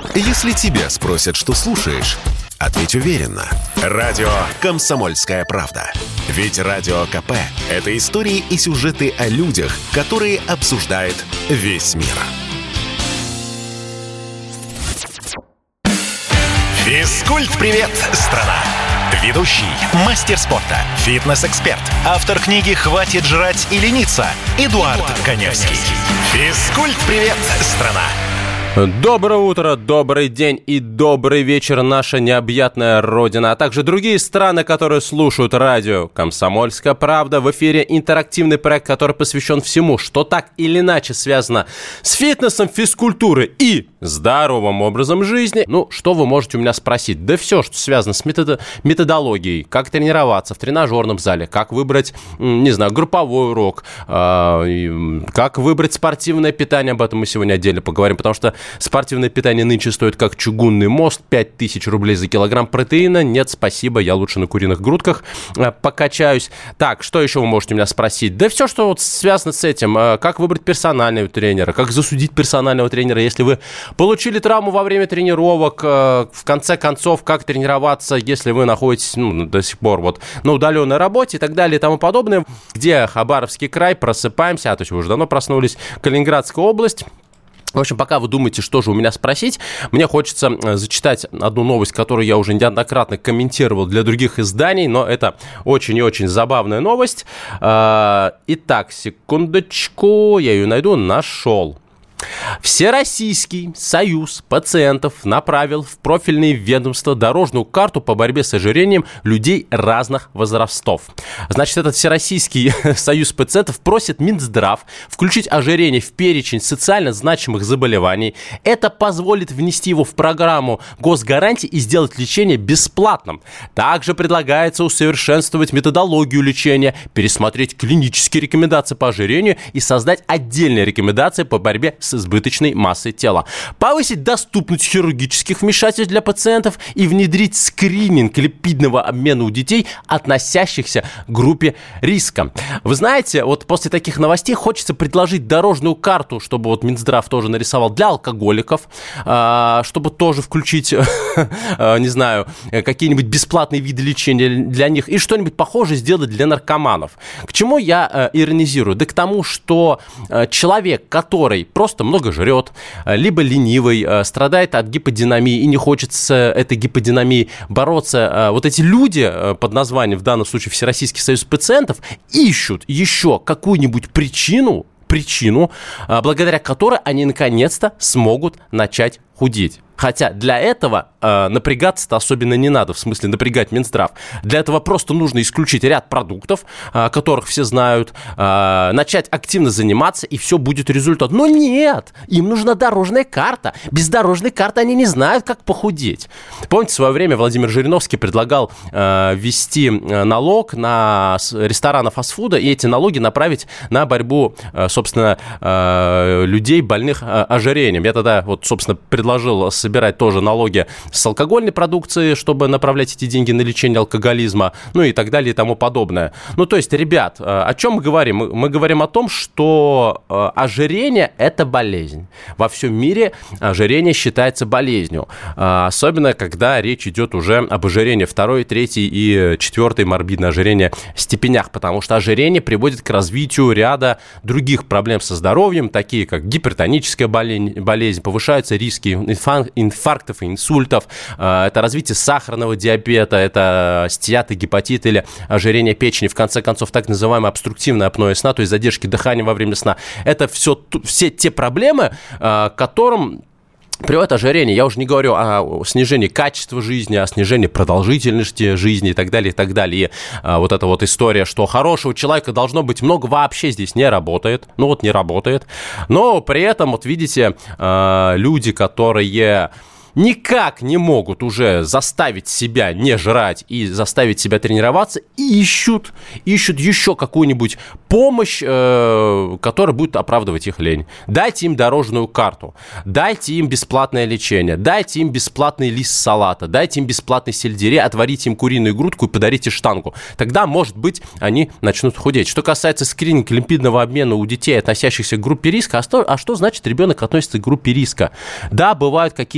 Если тебя спросят, что слушаешь, ответь уверенно. Радио «Комсомольская правда». Ведь Радио КП – это истории и сюжеты о людях, которые обсуждает весь мир. Физкульт-привет, страна! Ведущий, мастер спорта, фитнес-эксперт, автор книги «Хватит жрать и лениться» Эдуард Коневский. Физкульт-привет, страна! Доброе утро, добрый день и добрый вечер, наша необъятная родина, а также другие страны, которые слушают радио «Комсомольская правда». В эфире интерактивный проект, который посвящен всему, что так или иначе связано с фитнесом, физкультурой и здоровым образом жизни. Ну, что вы можете у меня спросить? Да все, что связано с методологией, как тренироваться в тренажерном зале, как выбрать, не знаю, групповой урок, как выбрать спортивное питание, об этом мы сегодня отдельно поговорим, потому что спортивное питание нынче стоит как чугунный мост, 5000 рублей за килограмм протеина. Нет, спасибо, я лучше на куриных грудках покачаюсь. Так, что еще вы можете меня спросить? Да все, что вот связано с этим. Как выбрать персонального тренера, как засудить персонального тренера, если вы получили травму во время тренировок, в конце концов, как тренироваться, если вы находитесь до сих пор вот на удаленной работе и так далее и тому подобное. Где Хабаровский край, просыпаемся, то есть вы уже давно проснулись, Калининградская область. В общем, пока вы думаете, что же у меня спросить, мне хочется зачитать одну новость, которую я уже неоднократно комментировал для других изданий, но это очень и очень забавная новость. Итак, секундочку, я ее найду, нашел. Всероссийский союз пациентов направил в профильные ведомства дорожную карту по борьбе с ожирением людей разных возрастов. Значит, этот Всероссийский союз пациентов просит Минздрав включить ожирение в перечень социально значимых заболеваний. Это позволит внести его в программу госгарантий и сделать лечение бесплатным. Также предлагается усовершенствовать методологию лечения, пересмотреть клинические рекомендации по ожирению и создать отдельные рекомендации по борьбе с избыточной массой тела, повысить доступность хирургических вмешательств для пациентов и внедрить скрининг липидного обмена у детей, относящихся к группе риска. Вы знаете, вот после таких новостей хочется предложить дорожную карту, чтобы вот Минздрав тоже нарисовал для алкоголиков, чтобы тоже включить, не знаю, какие-нибудь бесплатные виды лечения для них и что-нибудь похожее сделать для наркоманов. К чему я иронизирую? Да к тому, что человек, который просто много жрет, либо ленивый, страдает от гиподинамии и не хочет с этой гиподинамией бороться. Вот эти люди под названием, в данном случае, Всероссийский союз пациентов, ищут еще какую-нибудь причину, благодаря которой они наконец-то смогут начать худеть. Хотя для этого напрягаться-то особенно не надо, в смысле напрягать Минздрав. Для этого просто нужно исключить ряд продуктов, которых все знают, начать активно заниматься, и все будет результат. Но нет, им нужна дорожная карта. Без дорожной карты они не знают, как похудеть. Помните, в свое время Владимир Жириновский предлагал ввести налог на рестораны фастфуда и эти налоги направить на борьбу, собственно, людей, больных ожирением. Я тогда, вот, собственно, предложил собирать тоже налоги с алкогольной продукции, чтобы направлять эти деньги на лечение алкоголизма, ну и так далее и тому подобное. Ну, то есть, ребят, о чем мы говорим? Мы говорим о том, что ожирение – это болезнь. Во всем мире ожирение считается болезнью. Особенно, когда речь идет уже об ожирении 2, 3 и 4 морбидное ожирение степенях, потому что ожирение приводит к развитию ряда других проблем со здоровьем, такие как гипертоническая болезнь, повышаются риски инфарктов и инсультов, это развитие сахарного диабета, это стеатогепатит или ожирение печени, в конце концов, так называемое обструктивное апноэ сна, то есть задержки дыхания во время сна. Это все те проблемы, к которым приводит ожирение. Я уже не говорю о снижении качества жизни, о снижении продолжительности жизни и так далее, и так далее. И вот эта вот история, что хорошего человека должно быть много, вообще здесь не работает. Ну вот не работает. Но при этом, вот видите, люди, которые никак не могут уже заставить себя не жрать и заставить себя тренироваться, и ищут еще какую-нибудь помощь, которая будет оправдывать их лень. Дайте им дорожную карту, дайте им бесплатное лечение, дайте им бесплатный лист салата, дайте им бесплатный сельдерей, отварите им куриную грудку и подарите штангу. Тогда, может быть, они начнут худеть. Что касается скрининга липидного обмена у детей, относящихся к группе риска, а что значит ребенок относится к группе риска? Да, бывают какие-то проблемы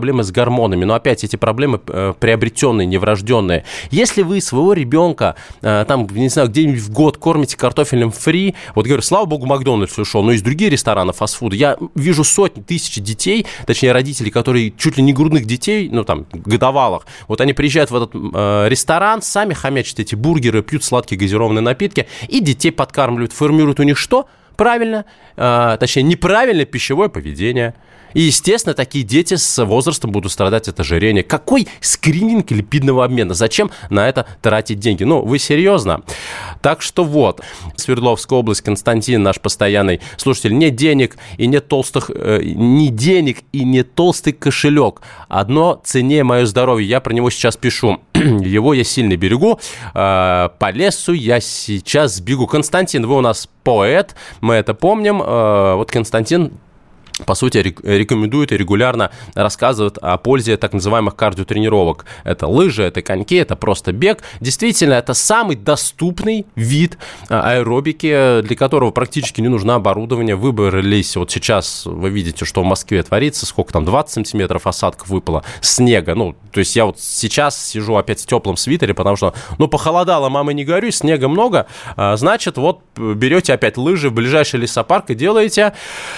проблемы с гормонами. Но опять эти проблемы приобретенные, неврожденные. Если вы своего ребенка там, не знаю, где-нибудь в год кормите картофелем фри, вот говорю, слава богу, Макдональдс ушел, но есть другие рестораны фастфуда. Я вижу сотни, тысячи детей, точнее родителей, которые чуть ли не грудных детей, ну там, годовалых, вот они приезжают в этот ресторан, сами хомячат эти бургеры, пьют сладкие газированные напитки и детей подкармливают, формируют у них что? Правильно, точнее, неправильное пищевое поведение. И, естественно, такие дети с возрастом будут страдать от ожирения. Какой скрининг липидного обмена? Зачем на это тратить деньги? Ну, вы серьезно? Так что вот, Свердловская область, Константин, наш постоянный слушатель. Нет денег и нет толстых... не денег и не толстый кошелек. Одно ценнее мое здоровье. Я про него сейчас пишу. Его я сильно берегу. По лесу я сейчас сбегу. Константин, вы у нас поэт. Мы это помним. Вот Константин... по сути, рекомендует и регулярно рассказывает о пользе так называемых кардиотренировок. Это лыжи, это коньки, это просто бег. Действительно, это самый доступный вид аэробики, для которого практически не нужно оборудование. Выбрались, вот сейчас вы видите, что в Москве творится, сколько там, 20 сантиметров осадков выпало, снега. Ну, то есть я вот сейчас сижу опять в теплом свитере, потому что, ну, похолодало, мама, не горюй, снега много. Значит, вот берете опять лыжи в ближайший лесопарк и делаете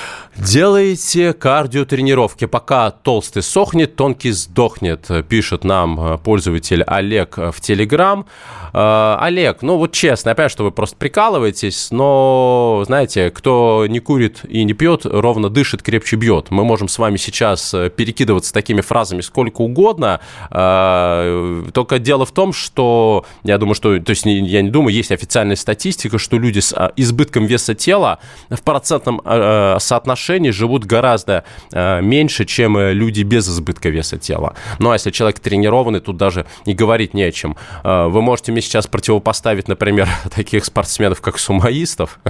кардиотренировки. Пока толстый сохнет, тонкий сдохнет, пишет нам пользователь Олег в Телеграм. Олег, ну вот честно, опять, что вы просто прикалываетесь, но, знаете, кто не курит и не пьет, ровно дышит, крепче бьет. Мы можем с вами сейчас перекидываться такими фразами сколько угодно, только дело в том, что, я думаю, что, то есть я не думаю, есть официальная статистика, что люди с избытком веса тела в процентном соотношении живут гораздо меньше, чем люди без избытка веса тела. Ну, а если человек тренированный, тут даже и говорить не о чем. Вы можете мне сейчас противопоставить, например, таких спортсменов, как сумоистов,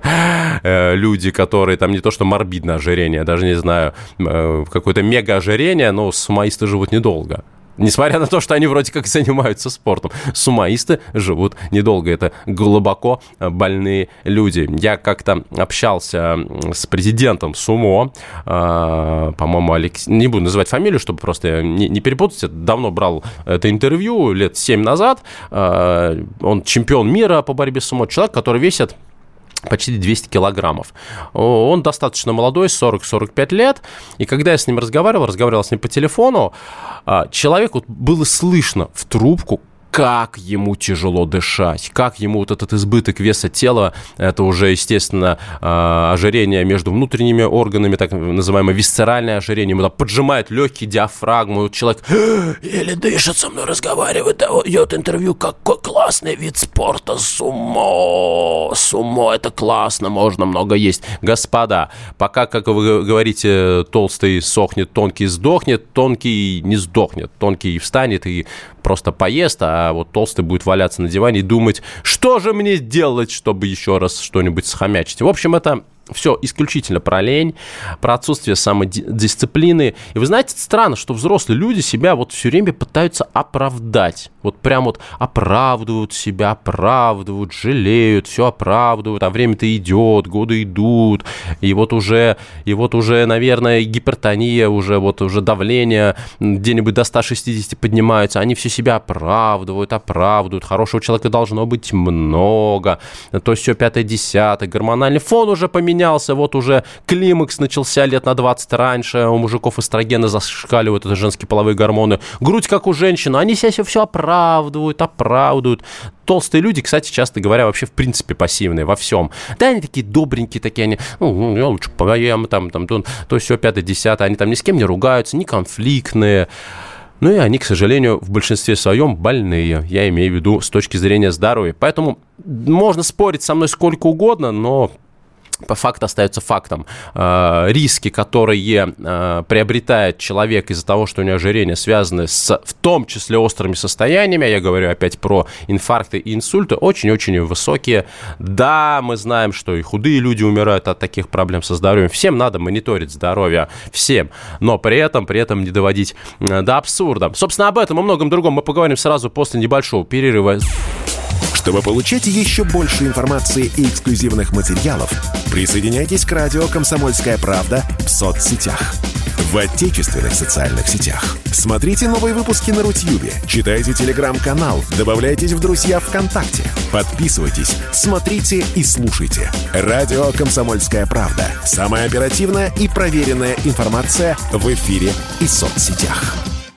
люди, которые там не то что морбидное ожирение, даже не знаю, какое-то мега-ожирение, но сумоисты живут недолго. Несмотря на то, что они вроде как занимаются спортом. Сумоисты живут недолго. Это глубоко больные люди. Я как-то общался с президентом сумо, по-моему, Алексей... Не буду называть фамилию, чтобы просто не перепутать. Я давно брал это интервью, лет 7 назад. Он чемпион мира по борьбе с сумо. Человек, который весит почти 200 килограммов. Он достаточно молодой, 40-45 лет. И когда я с ним разговаривал с ним по телефону, человеку было слышно в трубку, как ему тяжело дышать, как ему вот этот избыток веса тела, это уже, естественно, ожирение между внутренними органами, так называемое висцеральное ожирение, ему поджимает легкие, диафрагму, вот человек еле дышит, со мной разговаривает, дает интервью, какой классный вид спорта, сумо, это классно, можно много есть. Господа, пока, как вы говорите, толстый сохнет, тонкий сдохнет, тонкий не сдохнет, тонкий встанет и просто поест, а вот толстый будет валяться на диване и думать, что же мне делать, чтобы еще раз что-нибудь схомячить. В общем, это все исключительно про лень, про отсутствие самодисциплины. И вы знаете, это странно, что взрослые люди себя вот все время пытаются оправдать. Вот прям вот оправдывают себя, оправдывают, жалеют, все оправдывают, а время-то идет, годы идут, и вот уже, наверное, гипертония, уже давление где-нибудь до 160 поднимается, они все себя оправдывают, хорошего человека должно быть много, то есть все 5-10, гормональный фон уже поменялся, вот уже климакс начался лет на 20 раньше, у мужиков эстрогены зашкаливают, это женские половые гормоны, грудь как у женщины, они себя все оправдывают. Толстые люди, кстати, часто говоря, вообще в принципе пассивные во всем. Да, они такие добренькие, такие они, я лучше поем, то все 5-10, они там ни с кем не ругаются, не конфликтные. Ну и они, к сожалению, в большинстве своем больные, я имею в виду с точки зрения здоровья. Поэтому можно спорить со мной сколько угодно, но факт остается фактом. Риски, которые приобретает человек из-за того, что у него ожирение связаны с, в том числе, острыми состояниями, я говорю опять про инфаркты и инсульты, очень-очень высокие. Да, мы знаем, что и худые люди умирают от таких проблем со здоровьем. Всем надо мониторить здоровье, всем, но при этом не доводить до абсурда. Собственно, об этом и многом другом мы поговорим сразу после небольшого перерыва. Чтобы получать еще больше информации и эксклюзивных материалов, присоединяйтесь к радио «Комсомольская правда» в соцсетях. В отечественных социальных сетях. Смотрите новые выпуски на Рутьюбе, читайте телеграм-канал, добавляйтесь в друзья ВКонтакте, подписывайтесь, смотрите и слушайте. Радио «Комсомольская правда». Самая оперативная и проверенная информация в эфире и соцсетях.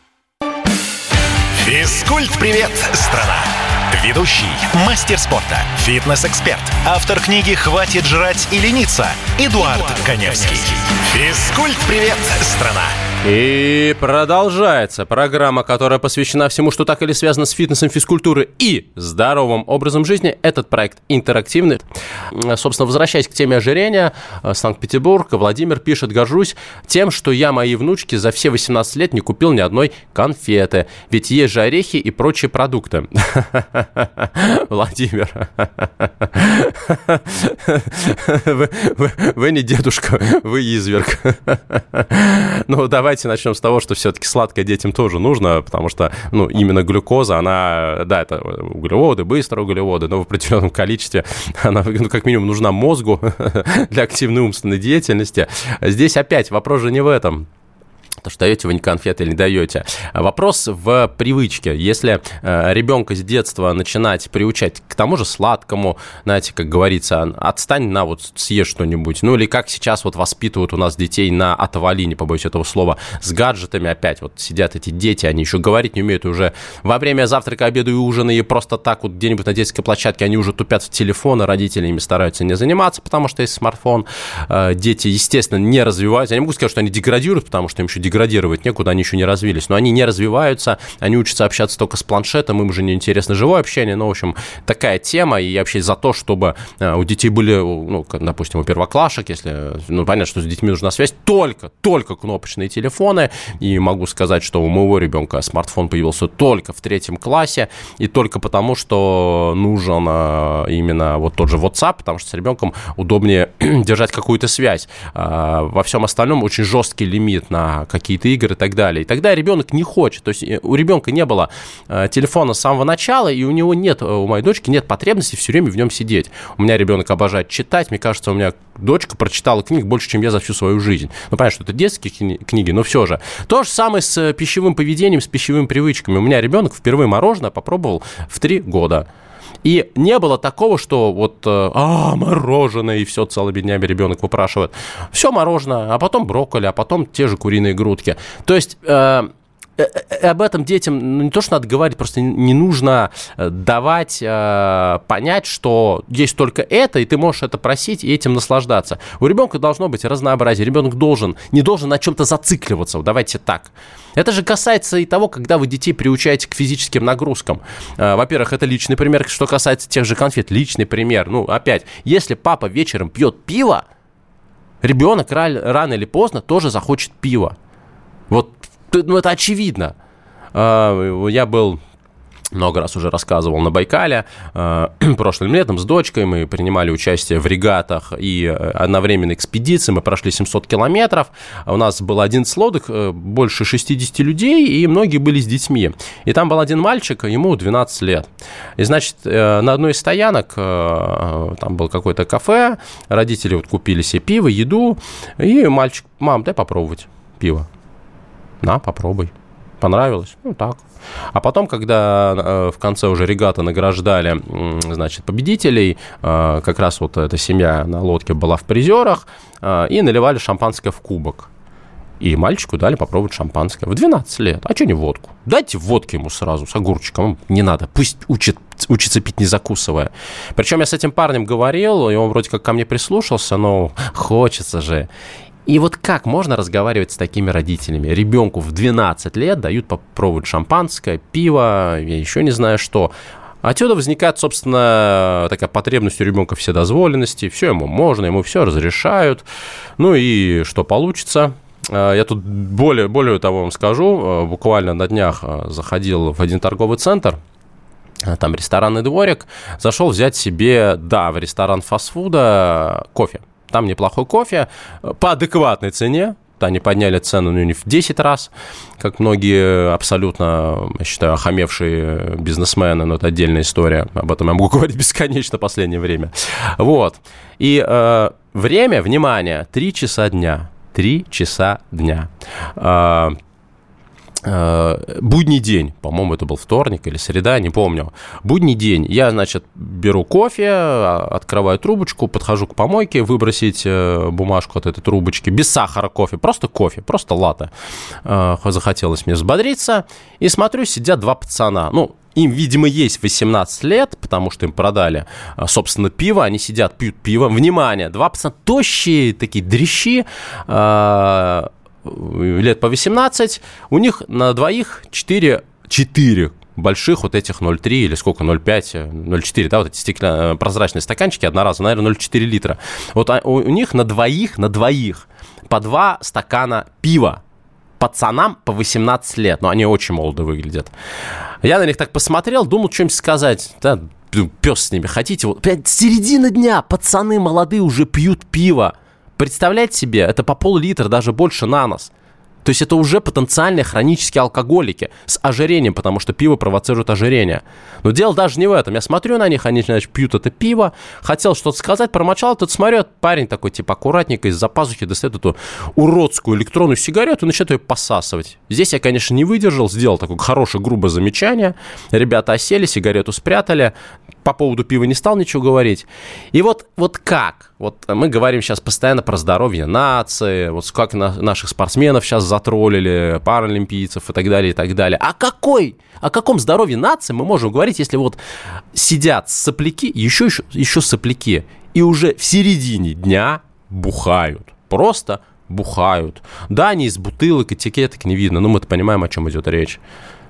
Физкульт-привет, страна! Ведущий, мастер спорта, фитнес-эксперт, автор книги «Хватит жрать и лениться» Эдуард Коневский. Физкульт-привет, страна! И продолжается программа, которая посвящена всему, что так или связано с фитнесом, физкультурой и здоровым образом жизни. Этот проект интерактивный. Собственно, возвращаясь к теме ожирения, Санкт-Петербург, Владимир пишет: горжусь тем, что я моей внучке за все 18 лет не купил ни одной конфеты. Ведь есть же орехи и прочие продукты. Владимир, вы не дедушка, вы изверг. Ну, давайте начнем с того, что все-таки сладкое детям тоже нужно, потому что, именно глюкоза, она, да, это углеводы, быстрые углеводы, но в определенном количестве она, как минимум, нужна мозгу для активной умственной деятельности. Здесь опять вопрос же не в этом. То, что даете вы конфеты или не даете. Вопрос в привычке. Если ребенка с детства начинать приучать к тому же сладкому, знаете, как говорится, отстань на вот съешь что-нибудь. Ну или как сейчас вот воспитывают у нас детей на отвали, не побоюсь этого слова, с гаджетами опять. Вот сидят эти дети, они еще говорить не умеют, уже во время завтрака, обеда и ужина, и просто так вот где-нибудь на детской площадке они уже тупят в телефон, а родители ими стараются не заниматься, потому что есть смартфон. Дети, естественно, не развиваются. Я не могу сказать, что они деградируют, потому что им еще деградировать некуда, они еще не развились, но они не развиваются, они учатся общаться только с планшетом, им уже неинтересно живое общение, в общем, такая тема, и я вообще за то, чтобы у детей были, допустим, у первоклашек, если, понятно, что с детьми нужна связь, только кнопочные телефоны, и могу сказать, что у моего ребенка смартфон появился только в 3 классе, и только потому, что нужен именно вот тот же WhatsApp, потому что с ребенком удобнее держать какую-то связь. Во всем остальном очень жесткий лимит на какие-то игры и так далее. И тогда ребенок не хочет. То есть у ребенка не было телефона с самого начала, и у него нет, у моей дочки нет потребности все время в нем сидеть. У меня ребенок обожает читать. Мне кажется, у меня дочка прочитала книг больше, чем я за всю свою жизнь. Понятно, что это детские книги, но все же. То же самое с пищевым поведением, с пищевыми привычками. У меня ребенок впервые мороженое попробовал в 3 года. И не было такого, что вот мороженое, и все целыми днями ребенок выпрашивает. Все мороженое, а потом брокколи, а потом те же куриные грудки. То есть об этом детям не то, что надо говорить, просто не нужно давать понять, что есть только это, и ты можешь это просить и этим наслаждаться. У ребенка должно быть разнообразие. Ребенок не должен на чем-то зацикливаться. Вот давайте так. Это же касается и того, когда вы детей приучаете к физическим нагрузкам. Во-первых, это личный пример. Что касается тех же конфет, личный пример. Опять, если папа вечером пьет пиво, ребенок рано или поздно тоже захочет пива. Вот, это очевидно. Я был... много раз уже рассказывал на Байкале. Прошлым летом с дочкой мы принимали участие в регатах и одновременной экспедиции. Мы прошли 700 километров. У нас было 11 лодок, больше 60 людей, и многие были с детьми. И там был один мальчик, ему 12 лет. И, значит, на одной из стоянок, там было какое-то кафе, родители купили себе пиво, еду, и мальчик: мам, дай попробовать пиво. На, попробуй. Понравилось? Так. А потом, когда в конце уже регаты награждали, значит, победителей, как раз вот эта семья на лодке была в призерах, и наливали шампанское в кубок. И мальчику дали попробовать шампанское в 12 лет. А что не водку? Дайте водки ему сразу с огурчиком. Не надо, пусть учится пить, не закусывая. Причем я с этим парнем говорил, и он вроде как ко мне прислушался, но хочется же. И вот как можно разговаривать с такими родителями? Ребенку в 12 лет дают попробовать шампанское, пиво, я еще не знаю что. Отсюда возникает, собственно, такая потребность у ребенка вседозволенности. Все ему можно, ему все разрешают. Ну и что получится? Я тут более того вам скажу. Буквально на днях заходил в один торговый центр. Там ресторанный дворик. Зашел взять себе, в ресторан фастфуда кофе. Там неплохой кофе по адекватной цене. они подняли цену не в 10 раз, как многие абсолютно, я считаю, охамевшие бизнесмены, но это отдельная история, об этом я могу говорить бесконечно в последнее время. Вот. И время, внимание, 3 часа дня. 3 часа дня. Будний день, по-моему, это был вторник или среда, не помню. Будний день. Я, значит, беру кофе, открываю трубочку, подхожу к помойке, выбросить бумажку от этой трубочки. Без сахара кофе, просто латте. Захотелось мне взбодриться. И смотрю, сидят 2 пацана. Ну, им, видимо, есть 18 лет, потому что им продали, собственно, пиво. Они сидят, пьют пиво. Внимание, 2 пацана тощие, такие дрищи, лет по 18, у них на двоих 4 больших вот этих 0,3 или сколько, 0,5, 0,4, да, вот эти прозрачные стаканчики одноразовые, наверное, 0,4 литра. Вот у них на двоих по 2 стакана пива. Пацанам по 18 лет, но они очень молодо выглядят. Я на них так посмотрел, думал что-нибудь сказать, да, пес с ними, хотите, вот, середина дня, пацаны молодые уже пьют пиво. Представляете себе, это по пол-литра, даже больше на нос. То есть это уже потенциальные хронические алкоголики с ожирением, потому что пиво провоцирует ожирение. Но дело даже не в этом. Я смотрю на них, они, значит, пьют это пиво. Хотел что-то сказать, промолчал. Тут смотрю, парень такой, типа, аккуратненько из-за пазухи достает эту уродскую электронную сигарету и начинает ее посасывать. Здесь я, конечно, не выдержал, сделал такое хорошее, грубое замечание. Ребята осели, сигарету спрятали. По поводу пива не стал ничего говорить. И вот как? Вот мы говорим сейчас постоянно про здоровье нации, вот как наших спортсменов сейчас затроллили, паралимпийцев и так далее, и так далее. О каком здоровье нации мы можем говорить, если вот сидят сопляки, еще сопляки, и уже в середине дня бухают, просто бухают. Да, они из бутылок, этикеток не видно, но мы-то понимаем, о чем идет речь.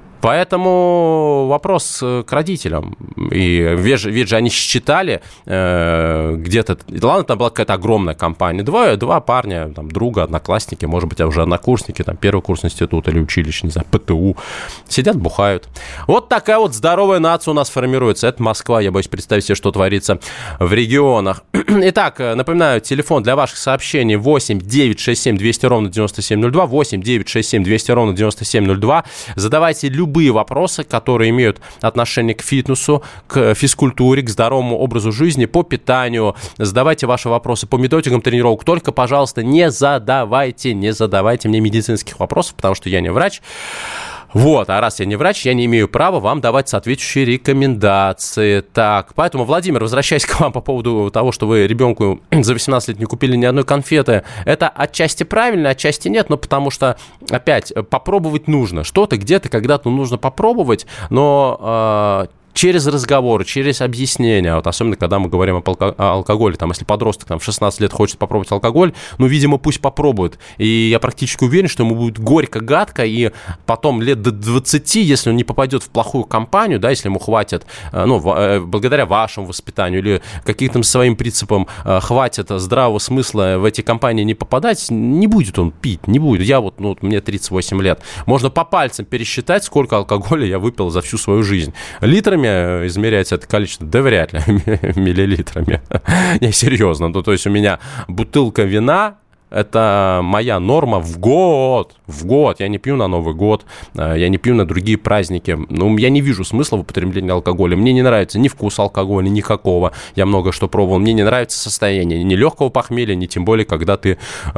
Поэтому вопрос к родителям. И ведь же они считали где-то... Ладно, там была какая-то огромная компания. Два парня, там, друга, одноклассники, может быть, уже однокурсники, там, первый курс института или училища, не знаю, ПТУ. Сидят, бухают. Вот такая вот здоровая нация у нас формируется. Это Москва. Я боюсь представить себе, что творится в регионах. Итак, напоминаю, телефон для ваших сообщений 8 967 200 ровно 9702, 8 967 200 ровно 9702. Задавайте любые вопросы, которые имеют отношение к фитнесу, к физкультуре, к здоровому образу жизни, по питанию. Задавайте ваши вопросы по методикам тренировок. Только, пожалуйста, не задавайте мне медицинских вопросов, потому что я не врач. Вот, а раз я не врач, я не имею права вам давать соответствующие рекомендации. Так, поэтому, Владимир, возвращаясь к вам по поводу того, что вы ребенку за 18 лет не купили ни одной конфеты, это отчасти правильно, отчасти нет, но потому что, опять, попробовать нужно. Что-то где-то когда-то нужно попробовать, но... через разговоры, через объяснения, вот особенно когда мы говорим о алкоголе, там, если подросток там, в 16 лет хочет попробовать алкоголь, ну, видимо, пусть попробует. И я практически уверен, что ему будет горько-гадко, и потом лет до 20, если он не попадет в плохую компанию, да, если ему хватит, ну, благодаря вашему воспитанию или каким-то своим принципам хватит здравого смысла в эти компании не попадать, не будет он пить, не будет. Я вот, ну, мне 38 лет. Можно по пальцам пересчитать, сколько алкоголя я выпил за всю свою жизнь. Литрами измерять это количество? Да вряд ли, миллилитрами. Не, серьезно. Ну, то есть у меня бутылка вина, это моя норма в год. В год. Я не пью на Новый год, я не пью на другие праздники. Ну, я не вижу смысла в употреблении алкоголя. Мне не нравится ни вкус алкоголя, никакого. Я много что пробовал. Мне не нравится состояние ни легкого похмелья, ни тем более, когда ты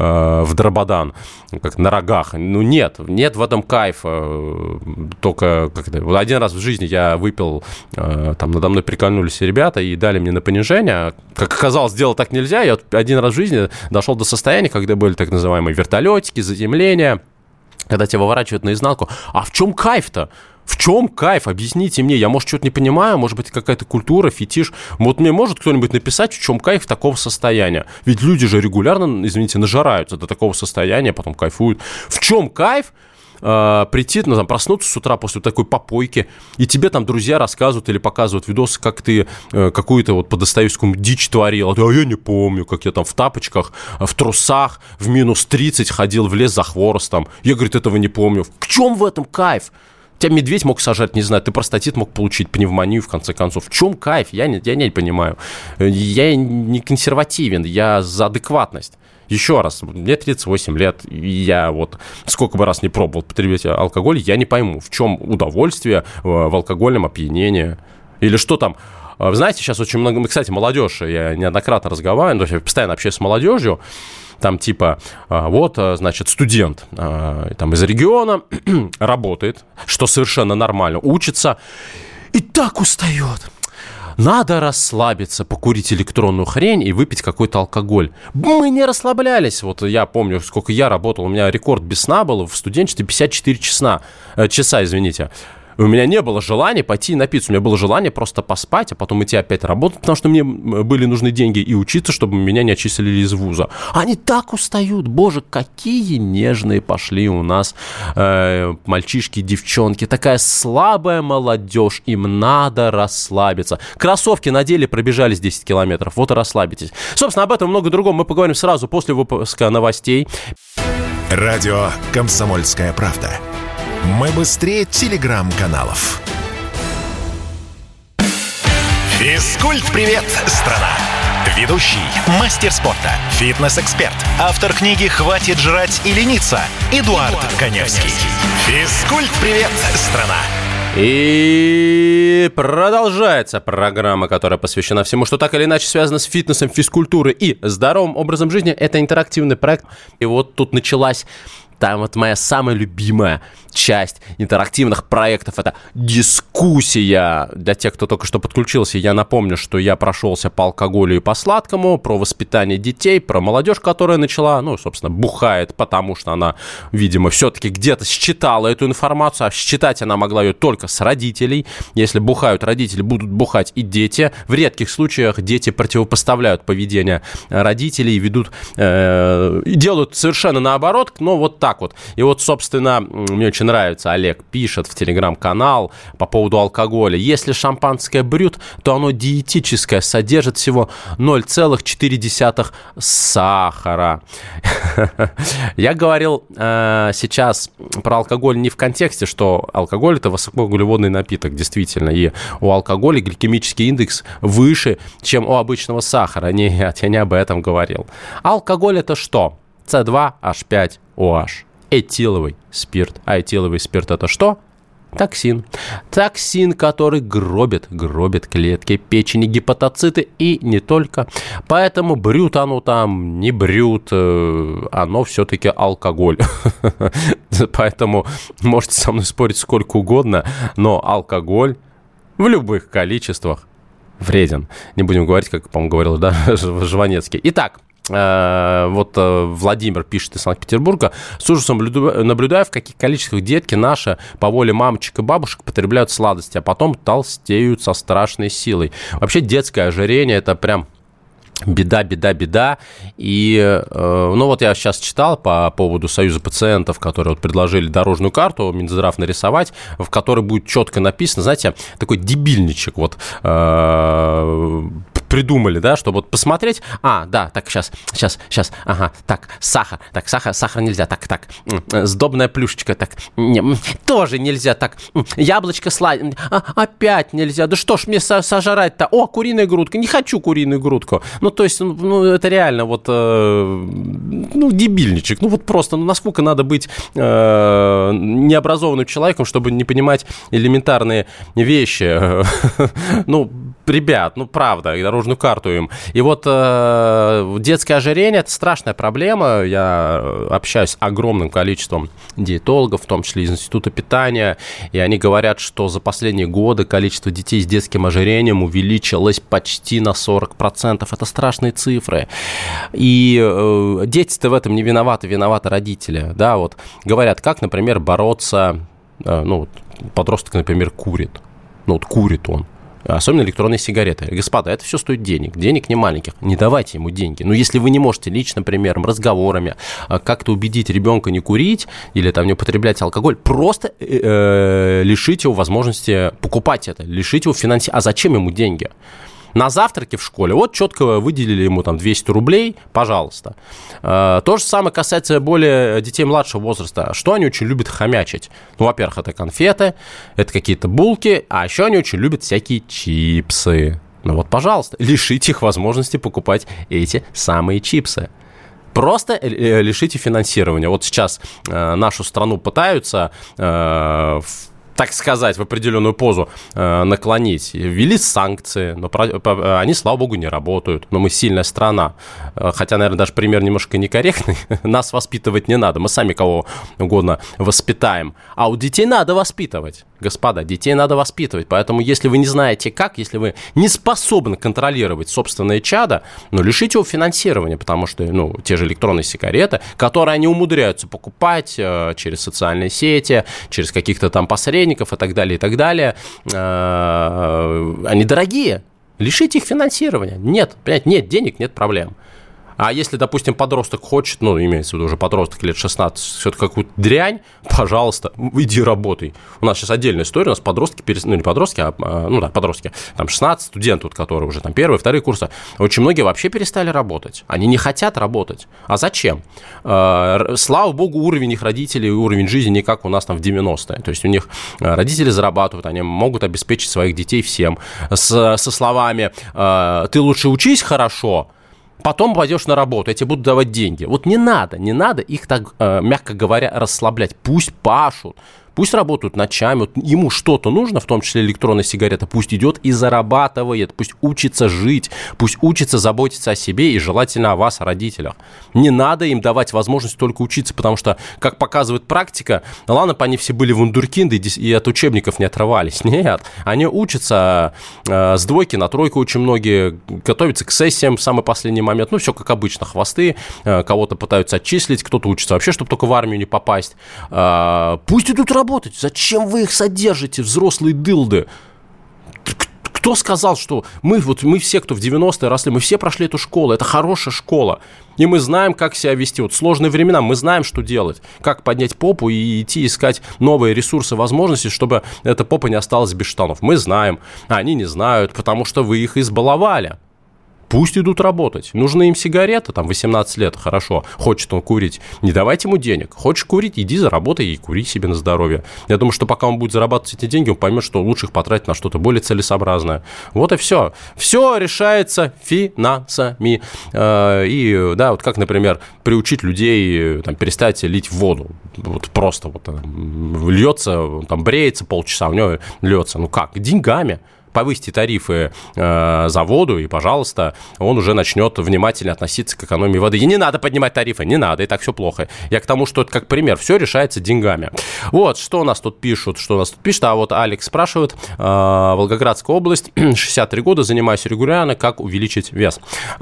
в дрободан, как на рогах. Ну, нет в этом кайфа. Только как-то... Один раз в жизни я выпил, там надо мной прикольнулись ребята и дали мне на понижение. Как оказалось, делать так нельзя. Я один раз в жизни дошел до состояния, когда были так называемые вертолетики, заземления, когда тебя выворачивают наизнанку. А в чем кайф-то? В чем кайф? Объясните мне. Я, может, что-то не понимаю, может быть, какая-то культура, фетиш. Вот мне может кто-нибудь написать, в чем кайф такого состояния? Ведь люди же регулярно, извините, нажираются до такого состояния, потом кайфуют. В чем кайф? Прийти, ну, там, проснуться с утра после такой попойки, и тебе там друзья рассказывают или показывают видосы, как ты какую-то вот по Достоевскому дичь творил. А я не помню, как я там в тапочках, в трусах, в минус 30 ходил в лес за хворостом. Я, говорит, этого не помню. В чем в этом кайф? Тебя медведь мог сажать, не знаю, ты простатит мог получить, пневмонию, в конце концов. В чем кайф? Я не понимаю. Я не консервативен, я за адекватность. Еще раз, мне 38 лет, и я вот сколько бы раз не пробовал потребить алкоголь, я не пойму, в чем удовольствие в алкогольном опьянении. Или что там. Вы знаете, сейчас очень много... Кстати, молодежь, я неоднократно разговариваю, то есть я постоянно общаюсь с молодежью, там типа, вот, значит, студент там из региона работает, что совершенно нормально, учится, и так устает. Надо расслабиться, покурить электронную хрень и выпить какой-то алкоголь. Мы не расслаблялись. Вот я помню, сколько я работал, у меня рекорд без сна был в студенчестве 54 часа. У меня не было желания пойти напиться, у меня было желание просто поспать, а потом идти опять работать, потому что мне были нужны деньги, и учиться, чтобы меня не отчислили из вуза. Они так устают, боже, какие нежные пошли у нас мальчишки и девчонки, такая слабая молодежь, им надо расслабиться. Кроссовки надели, пробежались 10 километров, вот и расслабитесь. Собственно, об этом и много другого мы поговорим сразу после выпуска новостей. Радио «Комсомольская правда». Мы быстрее телеграм-каналов. Физкульт-привет, страна! Ведущий, мастер спорта, фитнес-эксперт, автор книги «Хватит жрать и лениться» Эдуард Коневский. Физкульт-привет, страна! И продолжается программа, которая посвящена всему, что так или иначе связано с фитнесом, физкультурой и здоровым образом жизни. Это интерактивный проект. И вот тут началась там вот моя самая любимая часть интерактивных проектов – это дискуссия. Для тех, кто только что подключился, я напомню, что я прошелся по алкоголю и по сладкому, про воспитание детей, про молодежь, которая начала, собственно, бухает, потому что она, видимо, все-таки где-то считала эту информацию, а считать она могла ее только с родителей. Если бухают родители, будут бухать и дети. В редких случаях дети противопоставляют поведение родителей и делают совершенно наоборот, но вот так вот. И вот, собственно, мне очень нравится, Олег пишет в телеграм-канал по поводу алкоголя. Если шампанское брют, то оно диетическое, содержит всего 0,4 сахара. Я говорил сейчас про алкоголь не в контексте, что алкоголь – это высокоуглеводный напиток, действительно, и у алкоголя гликемический индекс выше, чем у обычного сахара. Нет, я не об этом говорил. Алкоголь – это что? С2H5OH. Этиловый спирт. А этиловый спирт – это что? Токсин. Токсин, который гробит клетки печени, гепатоциты и не только. Поэтому брют оно там, не брют, оно все-таки алкоголь. Поэтому можете со мной спорить сколько угодно, но алкоголь в любых количествах вреден. Не будем говорить, как, по-моему, говорил, да, Жванецкий. Итак, вот Владимир пишет из Санкт-Петербурга: с ужасом наблюдаю, в каких количествах детки наши по воле мамочек и бабушек потребляют сладости, а потом толстеют со страшной силой. Вообще детское ожирение – это прям беда. И, вот я сейчас читал по поводу Союза пациентов, которые вот предложили дорожную карту Минздрав нарисовать, в которой будет четко написано, знаете, такой дебильничек вот придумали, да, чтобы вот посмотреть, так, сейчас, ага, так, сахар нельзя, так, сдобная плюшечка, так, тоже нельзя, так, яблочко сладкое, опять нельзя, да что ж мне сожрать-то, куриная грудка, не хочу куриную грудку, то есть, это реально вот, дебильничек, вот просто, насколько надо быть необразованным человеком, чтобы не понимать элементарные вещи, ребят, правда, дорожную карту им. И вот детское ожирение – это страшная проблема. Я общаюсь с огромным количеством диетологов, в том числе из Института питания, и они говорят, что за последние годы количество детей с детским ожирением увеличилось почти на 40%. Это страшные цифры. И дети-то в этом не виноваты, виноваты родители. Да, вот говорят, как, например, бороться, подросток, например, курит. Курит он. Особенно электронные сигареты. Господа, это все стоит денег не маленьких. Не давайте ему деньги. Если вы не можете лично, примером, разговорами как-то убедить ребенка не курить или там не употреблять алкоголь, просто лишите его возможности покупать это, лишите его финансирования. А зачем ему деньги? На завтраке в школе, вот четко выделили ему там 200 рублей, пожалуйста. То же самое касается более детей младшего возраста. Что они очень любят хомячить? Во-первых, это конфеты, это какие-то булки, а еще они очень любят всякие чипсы. Пожалуйста, лишите их возможности покупать эти самые чипсы. Просто лишите финансирования. Вот сейчас нашу страну пытаются так сказать, в определенную позу наклонить. Ввели санкции, но они, слава богу, не работают. Но мы сильная страна. Хотя, наверное, даже пример немножко некорректный. Нас воспитывать не надо. Мы сами кого угодно воспитаем. А у детей надо воспитывать. Господа, детей надо воспитывать. Поэтому, если вы не знаете как, если вы не способны контролировать собственное чадо, лишите его финансирования, потому что, те же электронные сигареты, которые они умудряются покупать через социальные сети, через каких-то там посредников и так далее, они дорогие. Лишите их финансирования. Нет денег, нет проблем. А если, допустим, подросток хочет, имеется в виду уже подросток лет 16, все-таки какую-то дрянь, пожалуйста, иди работай. У нас сейчас отдельная история, у нас подростки, не подростки, подростки, там 16, студенты, которые уже там первые, вторые курсы, очень многие вообще перестали работать. Они не хотят работать. А зачем? Слава богу, уровень их родителей, уровень жизни не как у нас там в 90-е. То есть у них родители зарабатывают, они могут обеспечить своих детей всем. Со словами «ты лучше учись хорошо», потом пойдешь на работу, я тебе буду давать деньги. Вот не надо их так, мягко говоря, расслаблять. Пусть пашут, пусть работают ночами. Вот ему что-то нужно, в том числе электронная сигарета, пусть идет и зарабатывает, пусть учится жить, пусть учится заботиться о себе и желательно о вас, родителях. Не надо им давать возможность только учиться, потому что, как показывает практика, ладно бы они все были вундеркинды и от учебников не отрывались. Нет, они учатся с двойки на тройку очень многие, готовятся к сессиям в самый последний момент. Все как обычно, хвосты, кого-то пытаются отчислить, кто-то учится вообще, чтобы только в армию не попасть. Пусть идут работать. Зачем вы их содержите, взрослые дылды? Кто сказал, что мы все, кто в 90-е росли, мы все прошли эту школу, это хорошая школа, и мы знаем, как себя вести. Вот в сложные времена мы знаем, что делать, как поднять попу и идти искать новые ресурсы, возможности, чтобы эта попа не осталась без штанов. Мы знаем, а они не знают, потому что вы их избаловали. Пусть идут работать. Нужны им сигареты, 18 лет, хорошо, хочет он курить. Не давайте ему денег. Хочешь курить, иди заработай и кури себе на здоровье. Я думаю, что пока он будет зарабатывать эти деньги, он поймет, что лучше их потратить на что-то более целесообразное. Вот и все. Все решается финансами. И, вот как, например, приучить людей перестать лить воду. Вот просто льется, бреется полчаса, у него льется. Как? Деньгами. Повысьте тарифы за воду, и, пожалуйста, он уже начнет внимательно относиться к экономии воды. И не надо поднимать тарифы, не надо, и так все плохо. Я к тому, что это как пример, все решается деньгами. Вот, что у нас тут пишут, А вот Алекс спрашивает, Волгоградская область, 63 года, занимаюсь регулярно, как увеличить вес.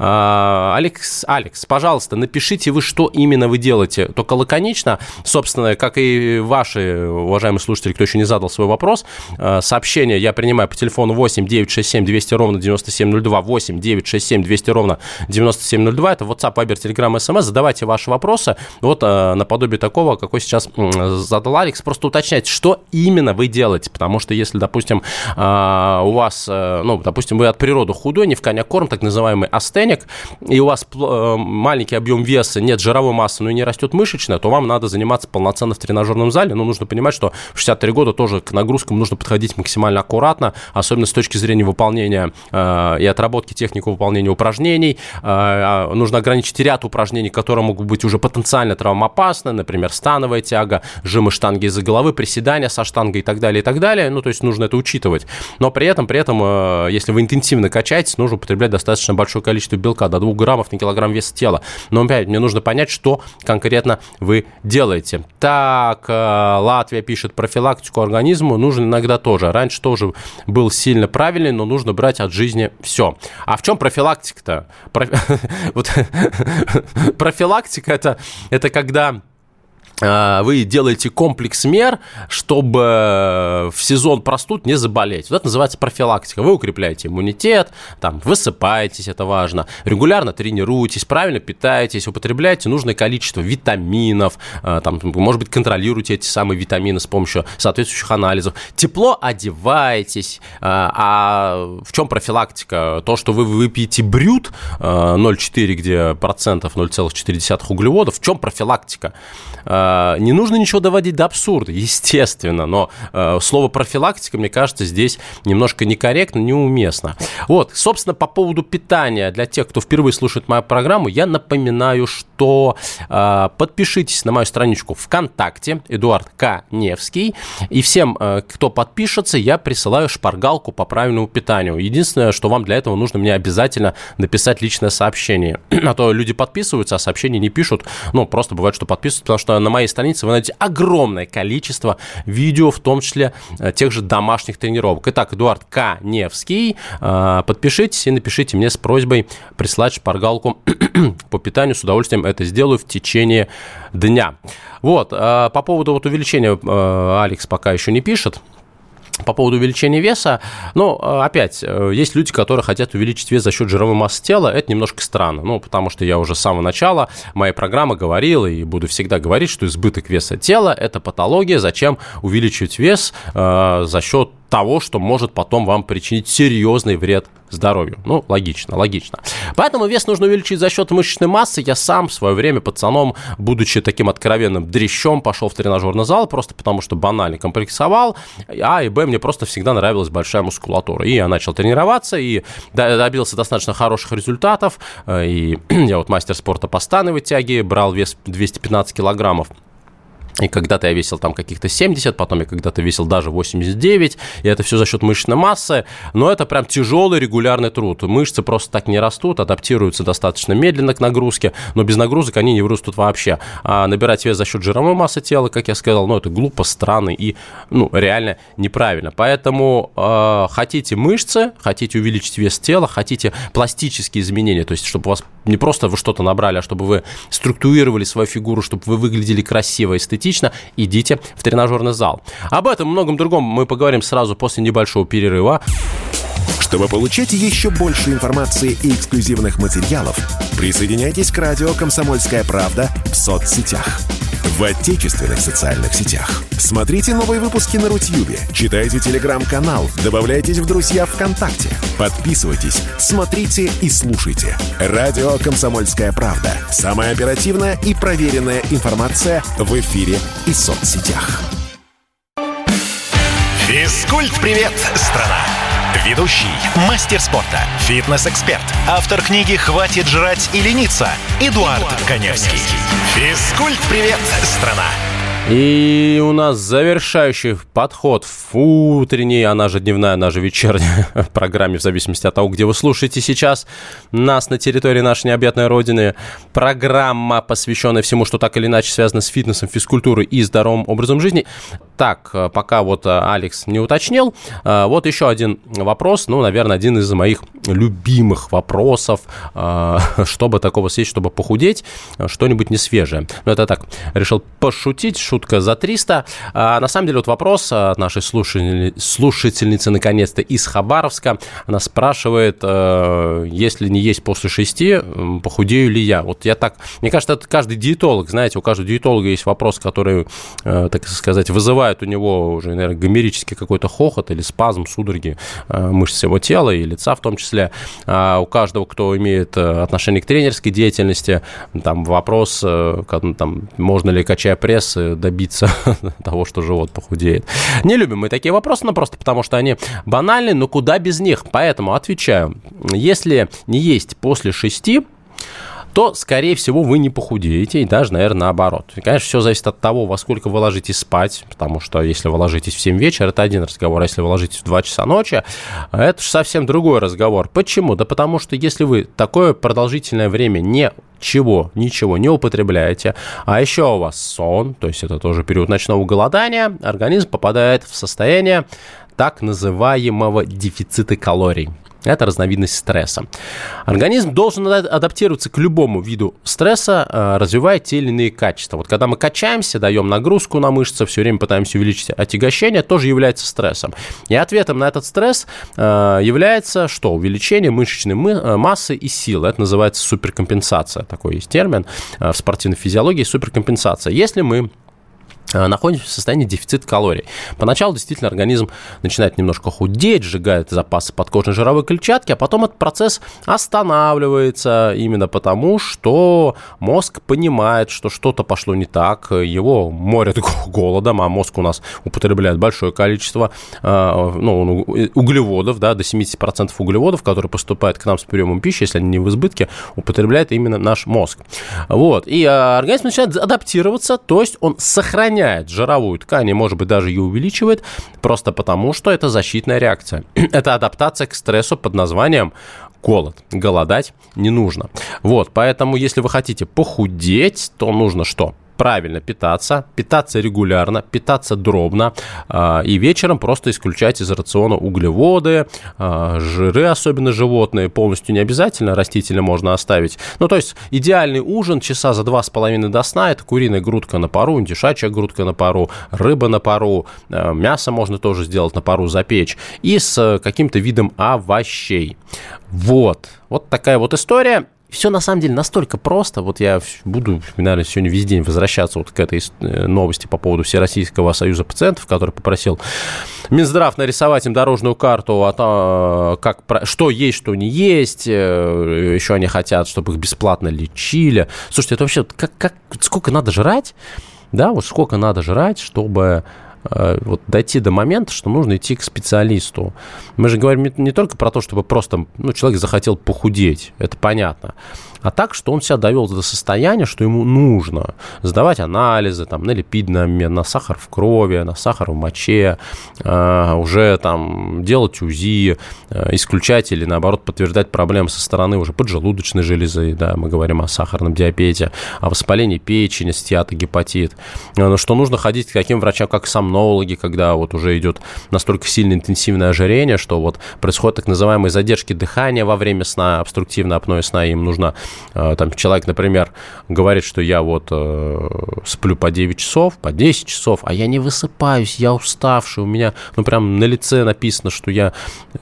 Алекс, пожалуйста, напишите вы, что именно вы делаете, только лаконично, собственно, как и ваши, уважаемые слушатели, кто еще не задал свой вопрос, сообщение я принимаю по телефону 8 967 200 ровно 9702, 8 967 200 ровно 9702. Это WhatsApp, Viber, Telegram, SMS. Задавайте ваши вопросы. Вот наподобие такого, какой сейчас задал Алекс. Просто уточняйте, что именно вы делаете. Потому что если, допустим, у вас, допустим, вы от природы худой, не в коня корм, так называемый астеник, и у вас маленький объем веса, нет жировой массы, но и не растет мышечная, то вам надо заниматься полноценно в тренажерном зале. Но нужно понимать, что в 63 года тоже к нагрузкам нужно подходить максимально аккуратно, особенно с точки зрения выполнения и отработки техники выполнения упражнений. Нужно ограничить ряд упражнений, которые могут быть уже потенциально травмоопасны, например, становая тяга, жимы штанги из-за головы, приседания со штангой и так далее, и так далее. То есть нужно это учитывать. Но при этом, если вы интенсивно качаетесь, нужно употреблять достаточно большое количество белка, до 2 граммов на килограмм веса тела. Но опять, мне нужно понять, что конкретно вы делаете. Так, Латвия пишет, профилактику организму нужно иногда тоже. Раньше тоже был сильно правильный, но нужно брать от жизни все. А в чем профилактика-то? Профилактика это когда вы делаете комплекс мер, чтобы в сезон простуд не заболеть. Вот это называется профилактика. Вы укрепляете иммунитет, высыпаетесь, это важно, регулярно тренируетесь, правильно питаетесь, употребляете нужное количество витаминов, может быть, контролируете эти самые витамины с помощью соответствующих анализов. Тепло одеваетесь. А в чем профилактика? То, что вы выпьете брют 0,4, где процентов 0,4 углеводов, в чем профилактика? Не нужно ничего доводить до абсурда, естественно, но слово профилактика, мне кажется, здесь немножко некорректно, неуместно. Вот, собственно, по поводу питания, для тех, кто впервые слушает мою программу, я напоминаю, что подпишитесь на мою страничку ВКонтакте, Эдуард К. Невский, и всем, кто подпишется, я присылаю шпаргалку по правильному питанию. Единственное, что вам для этого нужно мне обязательно написать личное сообщение. А то люди подписываются, а сообщения не пишут. Ну, просто бывает, что подписываются, потому что на моей странице вы найдете огромное количество видео, в том числе тех же домашних тренировок. Итак, Эдуард К. Невский. Подпишитесь и напишите мне с просьбой прислать шпаргалку по питанию. С удовольствием это сделаю в течение дня. Вот, по поводу вот увеличения Алекс пока еще не пишет. По поводу увеличения веса, ну, опять, есть люди, которые хотят увеличить вес за счет жировой массы тела, это немножко странно, ну, потому что я уже с самого начала моей программы говорил и буду всегда говорить, что избыток веса тела – это патология, зачем увеличивать вес за счет того, что может потом вам причинить серьезный вред здоровью. Ну, логично. Поэтому вес нужно увеличить за счет мышечной массы. Я сам в свое время пацаном, будучи таким откровенным дрищом, пошел в тренажерный зал, просто потому что банально комплексовал, а и б, мне просто всегда нравилась большая мускулатура. И я начал тренироваться, и добился достаточно хороших результатов. И я вот мастер спорта по становой тяге, брал вес 215 килограммов. И когда-то я весил там каких-то 70, потом я когда-то весил даже 89, и это все за счет мышечной массы, но это прям тяжелый регулярный труд. Мышцы просто так не растут, адаптируются достаточно медленно к нагрузке, но без нагрузок они не вырастут вообще. А набирать вес за счет жировой массы тела, как я сказал, ну это глупо, странно и реально неправильно. Поэтому хотите мышцы, хотите увеличить вес тела, хотите пластические изменения, то есть чтобы у вас не просто вы что-то набрали, а чтобы вы структурировали свою фигуру, чтобы вы выглядели красиво, эстетично, идите в тренажерный зал. Об этом и многом другом мы поговорим сразу после небольшого перерыва. Чтобы получать еще больше информации и эксклюзивных материалов, присоединяйтесь к радио «Комсомольская правда» в соцсетях. В отечественных социальных сетях. Смотрите новые выпуски на Рутьюбе, читайте телеграм-канал, добавляйтесь в друзья ВКонтакте, подписывайтесь, смотрите и слушайте. Радио «Комсомольская правда». Самая оперативная и проверенная информация в эфире и соцсетях. Физкульт-привет, страна! Ведущий, мастер спорта, фитнес-эксперт, автор книги «Хватит жрать и лениться» Эдуард Коневский. Физкульт-привет, страна! И у нас завершающий подход в утренней, она же дневная, она же вечерняя программе, в зависимости от того, где вы слушаете сейчас нас на территории нашей необъятной родины. Программа, посвященная всему, что так или иначе связано с фитнесом, физкультурой и здоровым образом жизни. Так, пока вот Алекс не уточнил, вот еще один вопрос, наверное, один из моих любимых вопросов, чтобы такого съесть, чтобы похудеть, что-нибудь несвежее. Это так, решил пошутить, шутка за 300. На самом деле, вот вопрос от нашей слушательницы, наконец-то, из Хабаровска. Она спрашивает, если не есть после 6, похудею ли я? Вот я так... Мне кажется, это каждый диетолог, знаете, у каждого диетолога есть вопрос, который, так сказать, вызывает у него уже, наверное, гомерический какой-то хохот или спазм, судороги мышц всего тела и лица в том числе. У каждого, кто имеет отношение к тренерской деятельности, там вопрос, там, можно ли, качая пресс, добиться того, что живот похудеет. Не любим мы такие вопросы, но просто потому, что они банальны, но куда без них. Поэтому отвечаю, если не есть после 6, то, скорее всего, вы не похудеете, и даже, наверное, наоборот. И, конечно, все зависит от того, во сколько вы ложитесь спать, потому что если вы ложитесь в 7 вечера, это один разговор, а если вы ложитесь в 2 часа ночи, это же совсем другой разговор. Почему? Да потому что если вы такое продолжительное время ничего не употребляете, а еще у вас сон, то есть это тоже период ночного голодания, организм попадает в состояние так называемого дефицита калорий. Это разновидность стресса. Организм должен адаптироваться к любому виду стресса, развивая те или иные качества. Вот когда мы качаемся, даем нагрузку на мышцы, все время пытаемся увеличить отягощение, тоже является стрессом. И ответом на этот стресс является что? Увеличение мышечной массы и силы. Это называется суперкомпенсация. Такой есть термин в спортивной физиологии – суперкомпенсация. Если мы находимся в состоянии дефицита калорий. Поначалу действительно организм начинает немножко худеть, сжигает запасы подкожной жировой клетчатки, а потом этот процесс останавливается именно потому, что мозг понимает, что что-то пошло не так, его морят голодом, а мозг у нас употребляет большое количество углеводов, да, до 70% углеводов, которые поступают к нам с приемом пищи, если они не в избытке, употребляет именно наш мозг. Вот. И организм начинает адаптироваться, то есть он сохраняет жировую ткань и, может быть, даже ее увеличивает, просто потому, что это защитная реакция. Это адаптация к стрессу под названием голод. Голодать не нужно. Вот, поэтому, если вы хотите похудеть, то нужно что? Правильно питаться регулярно, питаться дробно и вечером просто исключать из рациона углеводы, жиры, особенно животные, полностью не обязательно, растительные можно оставить. Ну, то есть идеальный ужин часа за 2,5 до сна – это куриная грудка на пару, индюшачья грудка на пару, рыба на пару, мясо можно тоже сделать на пару, запечь, и с каким-то видом овощей. Вот такая вот история. Все на самом деле настолько просто. Вот я буду, наверное, сегодня весь день возвращаться вот к этой новости по поводу Всероссийского союза пациентов, который попросил Минздрав нарисовать им дорожную карту о том, что есть, что не есть. Еще они хотят, чтобы их бесплатно лечили. Слушайте, это вообще сколько надо жрать? Да, вот сколько надо жрать, чтобы вот дойти до момента, что нужно идти к специалисту. Мы же говорим не только про то, чтобы просто человек захотел похудеть, это понятно, а так, что он себя довел до состояния, что ему нужно сдавать анализы там, на липидный обмен, на сахар в крови, на сахар в моче, уже там делать УЗИ, исключать или, наоборот, подтверждать проблемы со стороны уже поджелудочной железы, да, мы говорим о сахарном диабете, о воспалении печени, стеатогепатит, что нужно ходить к таким врачам, как сомнологи, когда вот уже идет настолько сильно интенсивное ожирение, что вот происходят так называемые задержки дыхания во время сна, обструктивное апноэ сна, им нужно. Там человек, например, говорит, что я вот сплю по 9 часов, по 10 часов, а я не высыпаюсь, я уставший, у меня, прям на лице написано, что я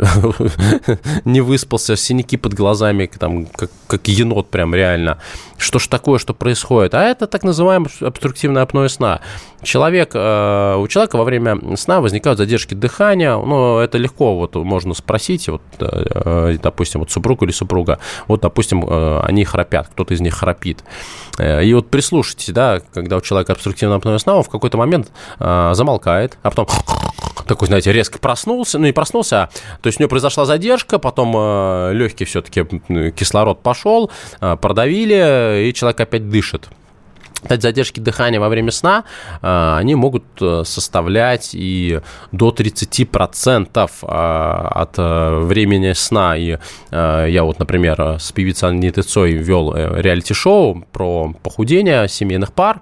не выспался, синяки под глазами, там, как енот прям реально. Что ж такое, что происходит? А это так называемое обструктивное апноэ сна. У человека во время сна возникают задержки дыхания, но это легко, вот можно спросить, вот, допустим, вот супруг или супруга, вот, допустим, они храпят, кто-то из них храпит. И вот прислушайтесь, да, когда у человека обструктивное апноэ сна, он в какой-то момент замолкает, а потом такой, знаете, резко проснулся, не проснулся, то есть у него произошла задержка, потом легкий все-таки кислород пошел, продавили, и человек опять дышит. Кстати, задержки дыхания во время сна, они могут составлять и до 30% от времени сна. И я вот, например, с певицей Анитой Цой вел реалити-шоу про похудение семейных пар.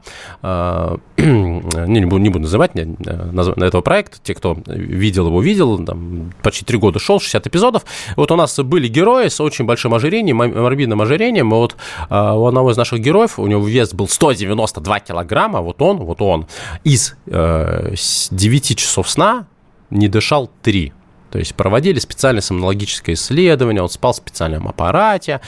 Не буду называть этого проекта. Те, кто видел его, видел. Там почти 3 года шел, 60 эпизодов. Вот у нас были герои с очень большим ожирением, морбидным ожирением. Вот у одного из наших героев, у него вес был 192 килограмма, вот он из 9 часов сна не дышал 3. То есть проводили специальное сомнологическое исследование, он спал в специальном аппарате.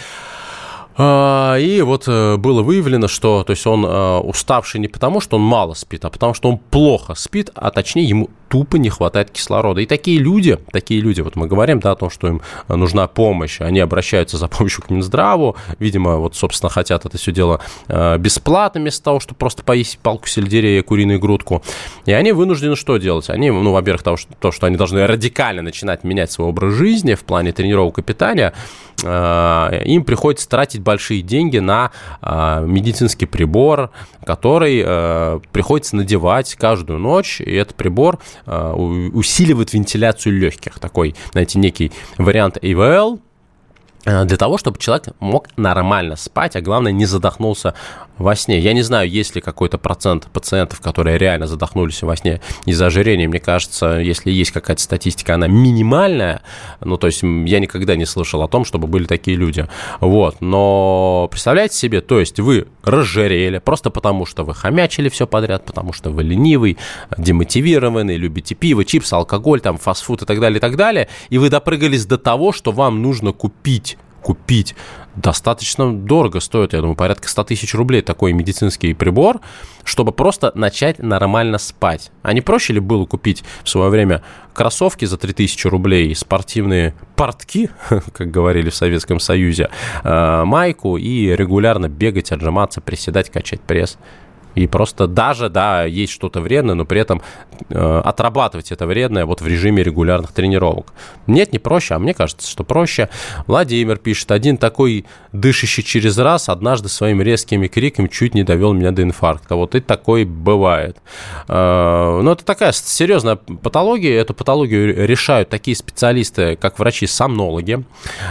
И вот было выявлено, что то есть он уставший не потому, что он мало спит, а потому, что он плохо спит, а точнее ему тупо не хватает кислорода. И такие люди, вот мы говорим, да, о том, что им нужна помощь, они обращаются за помощью к Минздраву, видимо, вот, собственно, хотят это все дело бесплатно, вместо того, чтобы просто поесть палку сельдерея, куриную грудку. И они вынуждены что делать? Они, во-первых, то, что они должны радикально начинать менять свой образ жизни в плане тренировок и питания, им приходится тратить большие деньги на медицинский прибор, который приходится надевать каждую ночь, и этот прибор усиливает вентиляцию легких. Такой, знаете, некий вариант ИВЛ, для того, чтобы человек мог нормально спать, а главное, не задохнулся во сне. Я не знаю, есть ли какой-то процент пациентов, которые реально задохнулись во сне из-за ожирения. Мне кажется, если есть какая-то статистика, она минимальная. То есть я никогда не слышал о том, чтобы были такие люди. Вот. Но представляете себе, то есть вы разжирели просто потому, что вы хомячили все подряд, потому что вы ленивый, демотивированный, любите пиво, чипсы, алкоголь, там, фастфуд и так далее, и вы допрыгались до того, что вам нужно купить купить. Достаточно дорого стоит, я думаю, порядка 100 тысяч рублей такой медицинский прибор, чтобы просто начать нормально спать. А не проще ли было купить в свое время кроссовки за 3000 рублей, спортивные портки, как говорили в Советском Союзе, майку и регулярно бегать, отжиматься, приседать, качать пресс? И просто даже, да, есть что-то вредное, но при этом отрабатывать это вредное вот в режиме регулярных тренировок. Нет, не проще, а мне кажется, что проще. Владимир пишет: один такой дышащий через раз однажды своими резкими криками чуть не довел меня до инфаркта. Вот и такое бывает. Но это такая серьезная патология. Эту патологию решают такие специалисты, как врачи-сомнологи.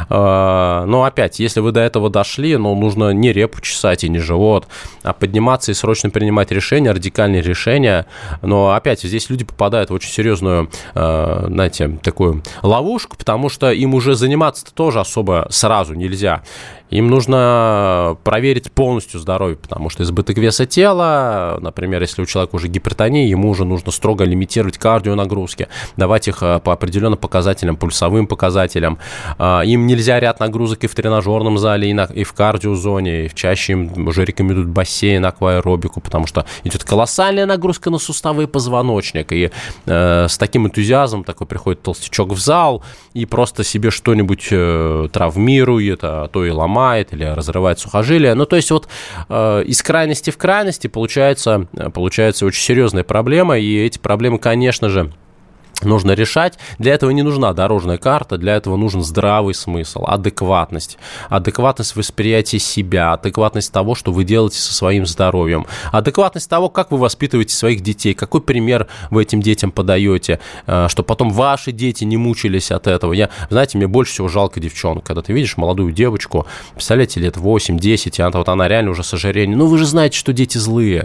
Но опять, если вы до этого дошли, нужно не репу чесать и не живот, а подниматься и срочно принимать решения, радикальные решения. Но опять здесь люди попадают в очень серьезную, знаете, такую ловушку, потому что им уже заниматься-то тоже особо сразу нельзя. Им нужно проверить полностью здоровье, потому что избыток веса тела, например, если у человека уже гипертония, ему уже нужно строго лимитировать кардионагрузки, давать их по определенным показателям, пульсовым показателям. Им нельзя ряд нагрузок и в тренажерном зале, и в кардиозоне, и чаще им уже рекомендуют бассейн, акваэробику, потому что идет колоссальная нагрузка на суставы и позвоночник, и с таким энтузиазмом такой приходит толстячок в зал и просто себе что-нибудь травмирует, а то и ломает, или разрывает сухожилия. То есть вот из крайности в крайности получается очень серьезная проблема, и эти проблемы, конечно же, нужно решать. Для этого не нужна дорожная карта, для этого нужен здравый смысл, адекватность восприятия себя, адекватность того, что вы делаете со своим здоровьем, адекватность того, как вы воспитываете своих детей, какой пример вы этим детям подаете, чтобы потом ваши дети не мучились от этого. Знаете, мне больше всего жалко девчонок, когда ты видишь молодую девочку, представляете, лет 8-10, и она реально уже с ожирением. Вы же знаете, что дети злые,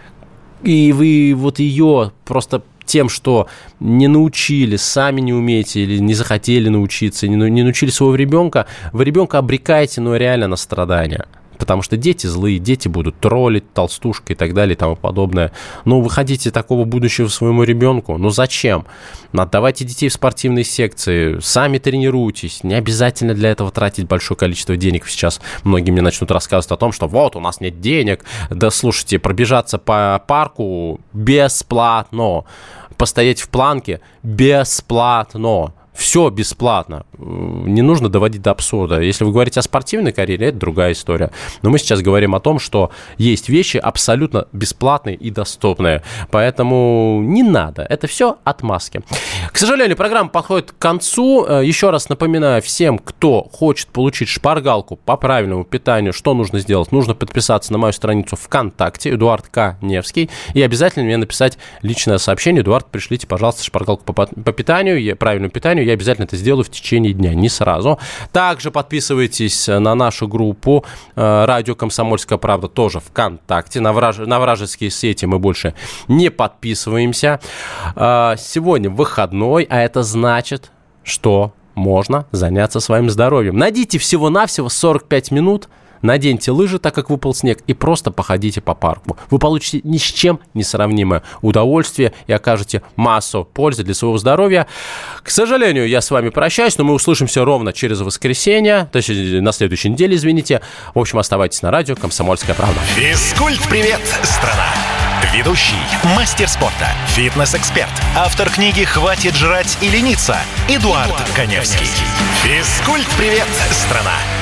и вы вот ее просто тем, что не научили, сами не умеете или не захотели научиться, не научили своего ребенка, вы ребенка обрекаете, реально на страдания. Потому что дети злые, дети будут троллить, толстушка и так далее и тому подобное. Вы хотите такого будущего своему ребенку? Зачем? Отдавайте детей в спортивные секции, сами тренируйтесь. Не обязательно для этого тратить большое количество денег. Сейчас многие мне начнут рассказывать о том, что вот, у нас нет денег. Да слушайте, пробежаться по парку бесплатно. Постоять в планке бесплатно. Все бесплатно. Не нужно доводить до абсурда. Если вы говорите о спортивной карьере, это другая история. Но мы сейчас говорим о том, что есть вещи абсолютно бесплатные и доступные. Поэтому не надо. Это все отмазки. К сожалению, программа подходит к концу. Еще раз напоминаю всем, кто хочет получить шпаргалку по правильному питанию, что нужно сделать? Нужно подписаться на мою страницу ВКонтакте, Эдуард К. Невский, и обязательно мне написать личное сообщение: Эдуард, пришлите, пожалуйста, шпаргалку по питанию, правильному питанию. Я обязательно это сделаю в течение дня, не сразу. Также подписывайтесь на нашу группу «Радио Комсомольская правда», тоже ВКонтакте. На вражеские сети мы больше не подписываемся. Сегодня выходной, а это значит, что можно заняться своим здоровьем. Найдите всего-навсего 45 минут, наденьте лыжи, так как выпал снег, и просто походите по парку. Вы получите ни с чем не сравнимое удовольствие и окажете массу пользы для своего здоровья. К сожалению, я с вами прощаюсь, но мы услышимся ровно через воскресенье, то есть на следующей неделе, извините. В общем, оставайтесь на радио «Комсомольская правда». Физкульт-привет, страна! Ведущий, мастер спорта, фитнес-эксперт, автор книги «Хватит жрать и лениться» Эдуард Коневский. Физкульт-привет, страна!